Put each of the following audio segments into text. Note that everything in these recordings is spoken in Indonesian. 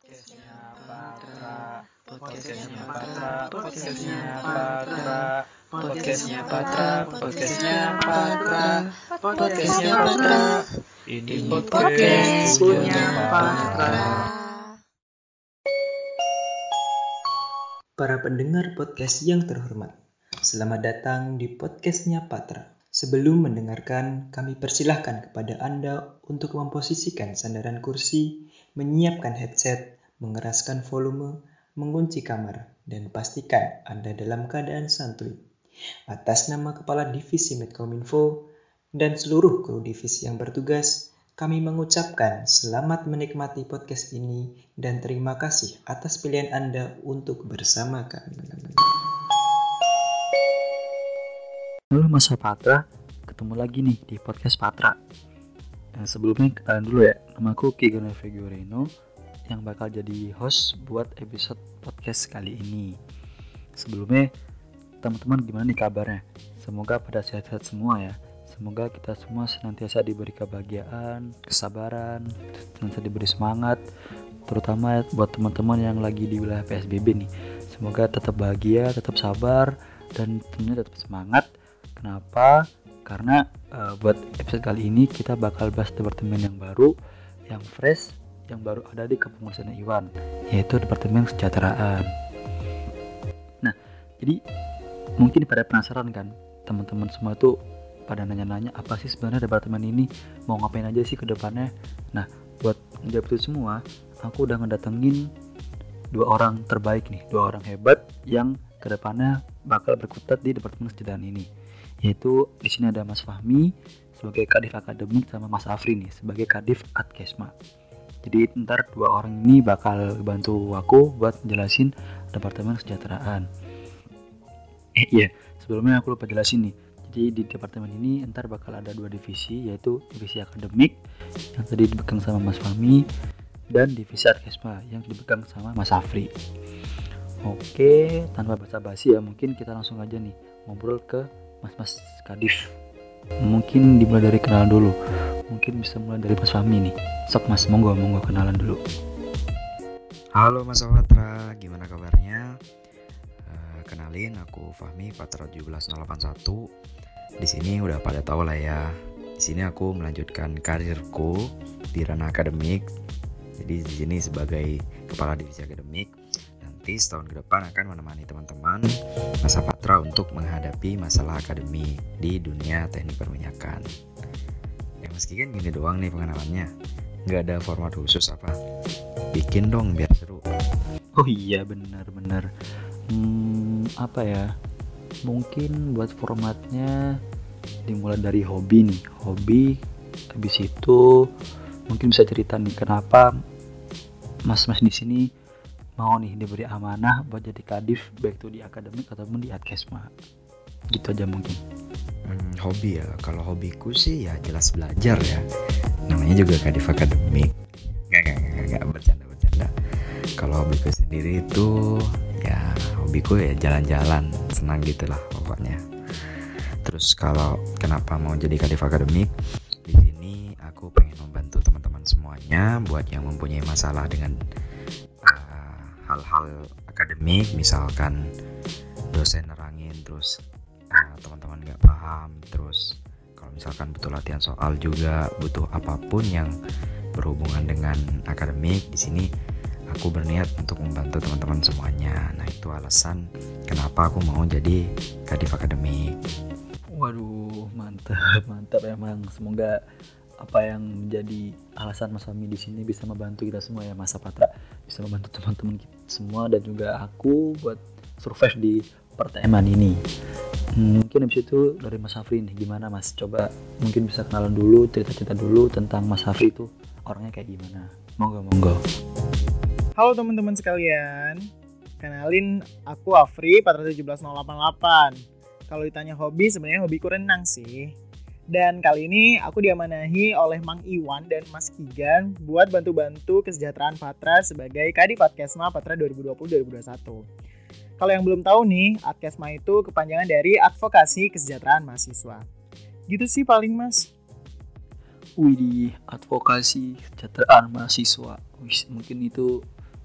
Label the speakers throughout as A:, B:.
A: Podcastnya Patra, podcastnya Patra, podcastnya Patra, podcastnya Patra, podcastnya Patra, podcastnya Patra. Ini podcast punya Patra.
B: Para pendengar podcast yang terhormat, selamat datang di podcastnya Patra. Sebelum mendengarkan, kami persilahkan kepada Anda untuk memposisikan sandaran kursi, menyiapkan headset, mengeraskan volume, mengunci kamar, dan pastikan Anda dalam keadaan santuy. Atas nama Kepala Divisi Medkominfo dan seluruh kru divisi yang bertugas, kami mengucapkan selamat menikmati podcast ini dan terima kasih atas pilihan Anda untuk bersama kami.
C: Halo Mas Patra, ketemu lagi nih di podcast Patra. Sebelumnya kenalin dulu ya, nama aku Kigan Fegurino yang bakal jadi host buat episode podcast kali ini. Sebelumnya, teman-teman gimana nih kabarnya? Semoga pada sehat-sehat semua ya. Semoga kita semua senantiasa diberi kebahagiaan, kesabaran, senantiasa diberi semangat, terutama buat teman-teman yang lagi di wilayah PSBB nih. Semoga tetap bahagia, tetap sabar, dan tentunya tetap semangat. Kenapa? Karena buat episode kali ini kita bakal bahas departemen yang baru, yang fresh, yang baru ada di Kepengurusan Iwan, yaitu Departemen Kesejahteraan. Nah, jadi mungkin pada penasaran kan, teman-teman semua tuh pada nanya-nanya apa sih sebenarnya departemen ini, mau ngapain aja sih ke depannya. Nah, buat menjawab itu semua, aku udah ngedatengin dua orang terbaik nih, dua orang hebat yang ke depannya bakal berkutat di Departemen Kesejahteraan ini. Yaitu di sini ada Mas Fahmi sebagai Kadif Akademik sama Mas Afri nih sebagai Kadif Adkesma. Jadi ntar dua orang ini bakal bantu aku buat jelasin Departemen Kesejahteraan. Sebelumnya aku lupa jelasin nih. Jadi di departemen ini ntar bakal ada dua divisi, yaitu divisi akademik yang tadi dipegang sama Mas Fahmi dan divisi Adkesma yang dipegang sama Mas Afri. Oke, tanpa basa-basi ya, mungkin kita langsung aja nih ngobrol ke Mas Kadif. Mungkin dimulai dari kenalan dulu. Mungkin bisa mulai dari Mas Fahmi nih. Sok Mas, monggo kenalan dulu.
D: Halo Mas Patra, gimana kabarnya? Kenalin, aku Fahmi Patra 17081. Di sini udah pada tahu lah ya. Di sini aku melanjutkan karirku di ranah akademik. Jadi di sini sebagai kepala divisi akademik. Nanti setahun ke depan akan menemani teman-teman Mas Patra untuk menghadapi masalah akademik di dunia teknik perminyakan. Ya Mas Kigen gini doang nih pengenalannya. Nggak ada format khusus apa? Bikin dong biar seru.
C: Oh iya, benar. Apa ya? Mungkin buat formatnya dimulai dari hobi nih. Hobi, habis itu mungkin bisa cerita nih kenapa mas-mas di sini mau nih diberi amanah buat jadi kadif, baik itu di akademik ataupun di Adkesma. Gitu aja mungkin.
D: Hobi ya, kalau hobiku sih ya jelas belajar ya. Namanya juga kadif akademik. Gak bercanda. Kalau hobiku sendiri itu ya hobiku ya jalan-jalan, senang gitulah pokoknya. Terus kalau kenapa mau jadi kadif akademik? Di sini aku pengen membantu teman-teman semuanya buat yang mempunyai masalah dengan hal-hal akademik, misalkan dosen nerangin terus teman-teman nggak paham, terus kalau misalkan butuh latihan soal juga, butuh apapun yang berhubungan dengan akademik, di sini aku berniat untuk membantu teman-teman semuanya. Nah, itu alasan kenapa aku mau jadi kadif akademik.
C: Waduh, mantap emang. Semoga apa yang menjadi alasan Mas Fahmi di sini bisa membantu kita semua ya, Mas Patra, bisa membantu teman-teman kita semua dan juga aku buat survive di pertemanan ini. Mungkin habis itu dari Mas Afri nih, gimana Mas? Coba mungkin bisa kenalan dulu, cerita-cerita dulu tentang Mas Afri itu orangnya kayak gimana. Monggo.
A: Halo teman-teman sekalian, kenalin aku Afri Patra 17088. Kalau ditanya hobi, sebenarnya hobiku renang sih. Dan kali ini aku diamanahi oleh Mang Iwan dan Mas Kigan buat bantu-bantu kesejahteraan Patra sebagai Kadif Adkesma Patra 2020-2021. Kalau yang belum tahu nih, Adkesma itu kepanjangan dari Advokasi Kesejahteraan Mahasiswa. Gitu sih paling Mas.
C: Widih, Advokasi Kesejahteraan Mahasiswa. Mungkin itu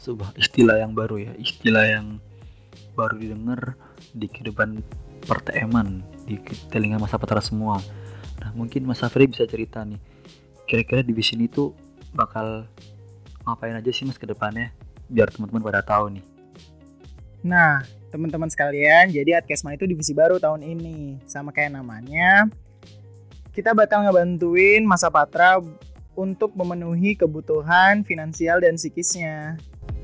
C: sebuah istilah yang baru ya, istilah yang baru didengar di kehidupan per-TM-an, di telinga Mas Patra semua. Nah, mungkin Mas Afri bisa cerita nih, kira-kira divisi ini tuh bakal ngapain aja sih Mas ke depannya, biar teman-teman pada tahu nih.
A: Nah, teman-teman sekalian, jadi Adkesma itu divisi baru tahun ini. Sama kayak namanya, kita bakal ngebantuin Mas Patra untuk memenuhi kebutuhan finansial dan psikisnya.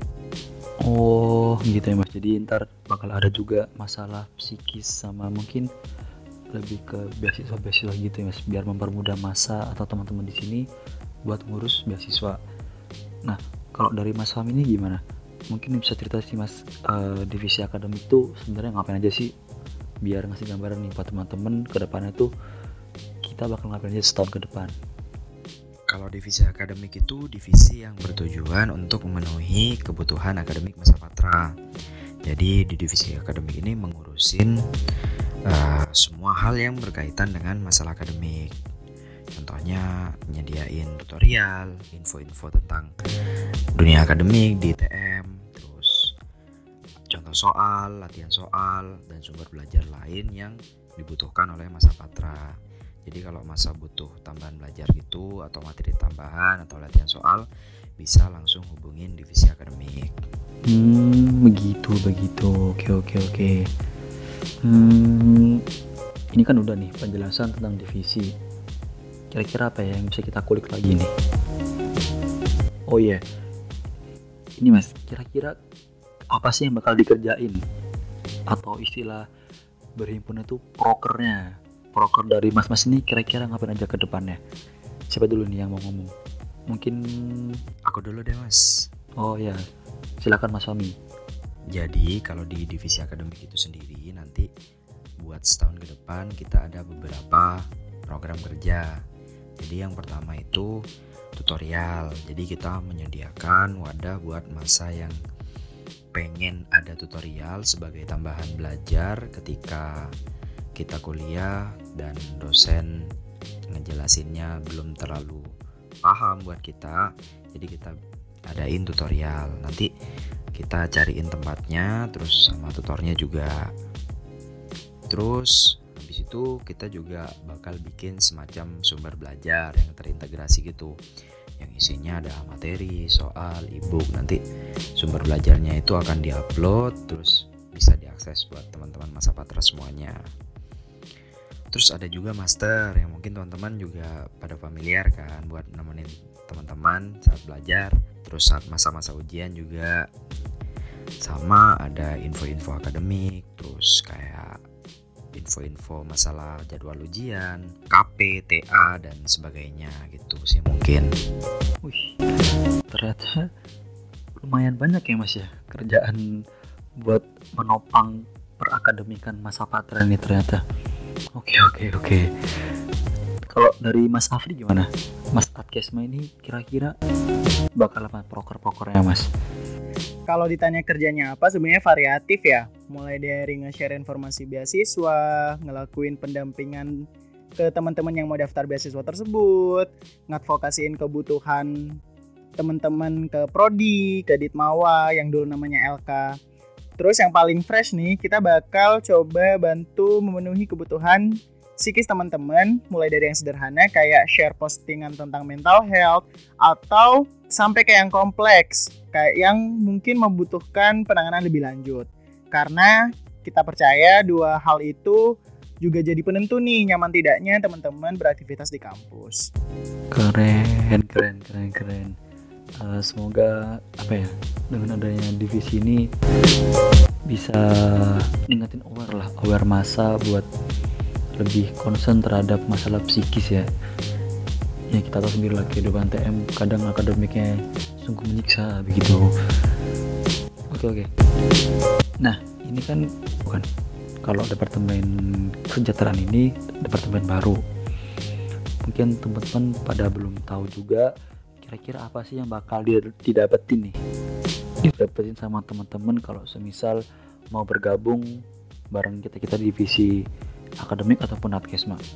C: Oh gitu ya Mas, jadi ntar bakal ada juga masalah psikis sama mungkin lebih ke beasiswa gitu ya Mas, biar mempermudah masa atau teman-teman di sini buat ngurus beasiswa. Nah, kalau dari Mas Fahmi ini gimana? Mungkin bisa cerita sih Mas, divisi akademik itu sebenarnya ngapain aja sih? Biar ngasih gambaran nih buat teman-teman ke depannya tuh kita bakal ngapain aja setahun ke depan.
D: Kalau divisi akademik itu divisi yang bertujuan untuk memenuhi kebutuhan akademik Mas Patra. Jadi di divisi akademik ini mengurusin semua hal yang berkaitan dengan masalah akademik. Contohnya nyediain tutorial, info-info tentang dunia akademik di ITM, terus contoh soal, latihan soal, dan sumber belajar lain yang dibutuhkan oleh Mas Patra. Jadi kalau masa butuh tambahan belajar gitu atau materi tambahan atau latihan soal, bisa langsung hubungin divisi akademik.
C: Begitu. Oke. Ini kan udah nih penjelasan tentang divisi. Kira-kira apa ya yang bisa kita kulik lagi nih? Oh iya, ini Mas, kira-kira apa sih yang bakal dikerjain? Atau istilah berhimpunnya tuh proker dari mas-mas ini kira-kira ngapain aja ke depannya? Siapa dulu nih yang mau ngomong? Mungkin
D: aku dulu deh Mas.
C: Oh ya, silakan Mas Fahmi.
D: Jadi kalau di divisi akademik itu sendiri nanti buat setahun ke depan kita ada beberapa program kerja. Jadi yang pertama itu tutorial. Jadi kita menyediakan wadah buat masa yang pengen ada tutorial sebagai tambahan belajar ketika kita kuliah dan dosen ngejelasinnya belum terlalu paham buat kita, jadi kita adain tutorial. Nanti kita cariin tempatnya, terus sama tutornya juga. Terus habis itu kita juga bakal bikin semacam sumber belajar yang terintegrasi gitu, yang isinya ada materi, soal, ebook. Nanti sumber belajarnya itu akan diupload, terus bisa diakses buat teman-teman Mas Patra semuanya. Terus ada juga master yang mungkin teman-teman juga pada familiar kan, buat nemenin teman-teman saat belajar. Terus saat masa-masa ujian juga. Sama ada info-info akademik, terus kayak info-info masalah jadwal ujian, KP, TA, dan sebagainya gitu sih mungkin.
C: Wih, ternyata lumayan banyak ya Mas ya kerjaan buat menopang perakademikan Mas Patra ini ternyata. Oke. Kalau dari Mas Afri gimana? Mas Adkesma ini kira-kira bakal apa proker-prokernya Mas?
A: Kalau ditanya kerjanya apa, sebenarnya variatif ya. Mulai dari nge-share informasi beasiswa, ngelakuin pendampingan ke teman-teman yang mau daftar beasiswa tersebut, ngadvokasiin kebutuhan teman-teman ke Prodi, ke Ditmawa yang dulu namanya LK. Terus yang paling fresh nih, kita bakal coba bantu memenuhi kebutuhan psikis teman-teman, mulai dari yang sederhana kayak share postingan tentang mental health, atau sampai ke yang kompleks, kayak yang mungkin membutuhkan penanganan lebih lanjut. Karena kita percaya dua hal itu juga jadi penentu nih nyaman tidaknya teman-teman beraktivitas di kampus.
C: Keren. Semoga dengan adanya divisi ini bisa ngingetin aware masa buat lebih concern terhadap masalah psikis ya. Ya kita tahu sendiri lah kehidupan TM kadang akademiknya sungguh menyiksa begitu. Oke. Nah ini kan kalau departemen kesejahteraan ini departemen baru. Mungkin teman-teman pada belum tahu juga kira-kira apa sih yang bakal didapetin sama teman-teman kalau semisal mau bergabung bareng kita di divisi akademik ataupun Adkesma.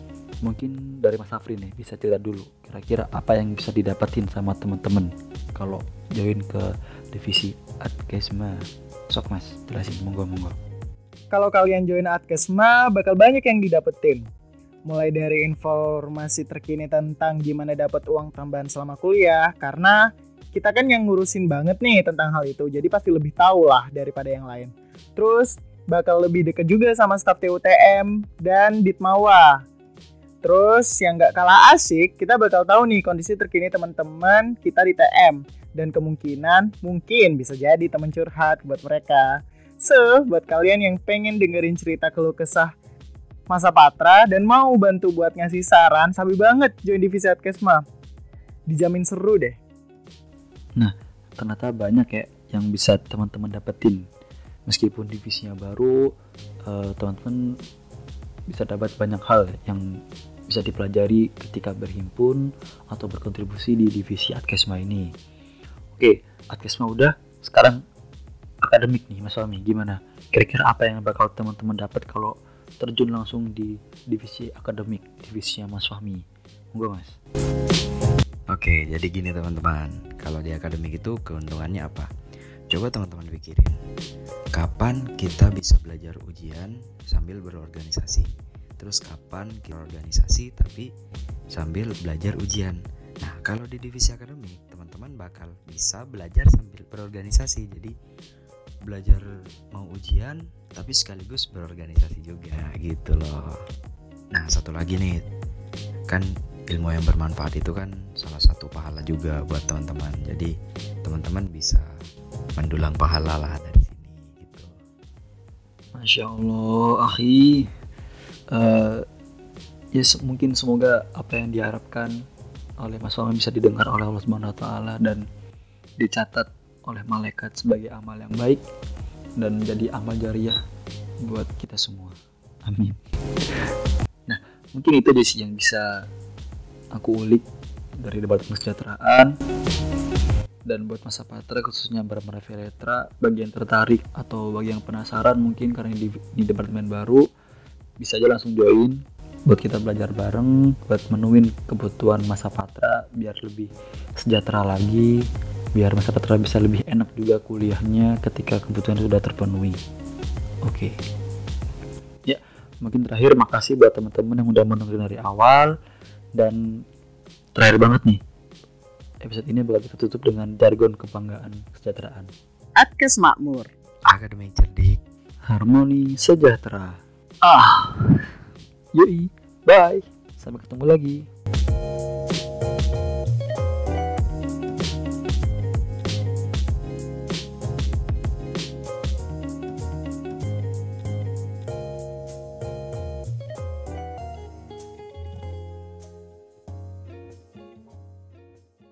C: Mungkin dari Mas Afri nih bisa cerita dulu kira-kira apa yang bisa didapetin sama teman-teman kalau join ke divisi Adkesma. Sok Mas, jelasin, monggo.
A: Kalau kalian join Adkesma bakal banyak yang didapetin. Mulai dari informasi terkini tentang gimana dapat uang tambahan selama kuliah, karena kita kan yang ngurusin banget nih tentang hal itu, jadi pasti lebih tahu lah daripada yang lain. Terus bakal lebih deket juga sama staf TUTM dan Ditmawa. Terus yang gak kalah asik, kita bakal tahu nih kondisi terkini teman-teman kita di TM. Dan kemungkinan mungkin bisa jadi teman curhat buat mereka. So, buat kalian yang pengen dengerin cerita keluh kesah masa Patra dan mau bantu buat ngasih saran, sabi banget join divisi Adkesma. Dijamin seru deh.
C: Nah, ternyata banyak ya yang bisa teman-teman dapetin. Meskipun divisinya baru, teman-teman bisa dapat banyak hal yang bisa dipelajari ketika berhimpun atau berkontribusi di divisi Adkesma ini. Oke, Adkesma udah, sekarang akademik nih Mas Fahmi, gimana? Kira-kira apa yang bakal teman-teman dapat kalau terjun langsung di divisi akademik, divisinya Mas Fahmi? Monggo Mas.
D: Oke, jadi gini teman-teman, kalau di akademik itu keuntungannya apa? Coba teman-teman pikirin, kapan kita bisa belajar ujian sambil berorganisasi? Terus kapan kita organisasi tapi sambil belajar ujian? Nah, kalau di divisi akademik, teman-teman bakal bisa belajar sambil berorganisasi. Jadi belajar mau ujian tapi sekaligus berorganisasi juga gitu loh. Nah, satu lagi nih, kan ilmu yang bermanfaat itu kan salah satu pahala juga buat teman-teman. Jadi teman-teman bisa mendulang pahala lah dari sini gitu.
C: Masya Allah, akhi. Mungkin semoga apa yang diharapkan oleh Mas Fahmi bisa didengar oleh Allah SWT dan dicatat oleh malaikat sebagai amal yang baik dan jadi amal jariah buat kita semua. Amin. Nah, mungkin itu deh sih yang bisa aku ulik dari debat kesejahteraan. Dan buat masa Patra khususnya Bramara Veletra, bagi yang tertarik atau bagi yang penasaran mungkin karena ini departemen baru, bisa aja langsung join buat kita belajar bareng, buat menuin kebutuhan masa Patra biar lebih sejahtera lagi, biar masa Patra bisa lebih enak juga kuliahnya ketika kebutuhan sudah terpenuhi. Oke. Ya, mungkin terakhir makasih buat teman-teman yang udah mendengar dari awal. Dan terakhir banget nih, episode ini bakal kita tutup dengan jargon kebanggaan kesejahteraan.
A: Adkes makmur,
D: Akademik cerdik,
C: harmoni sejahtera. Yoi, bye, sampai ketemu lagi.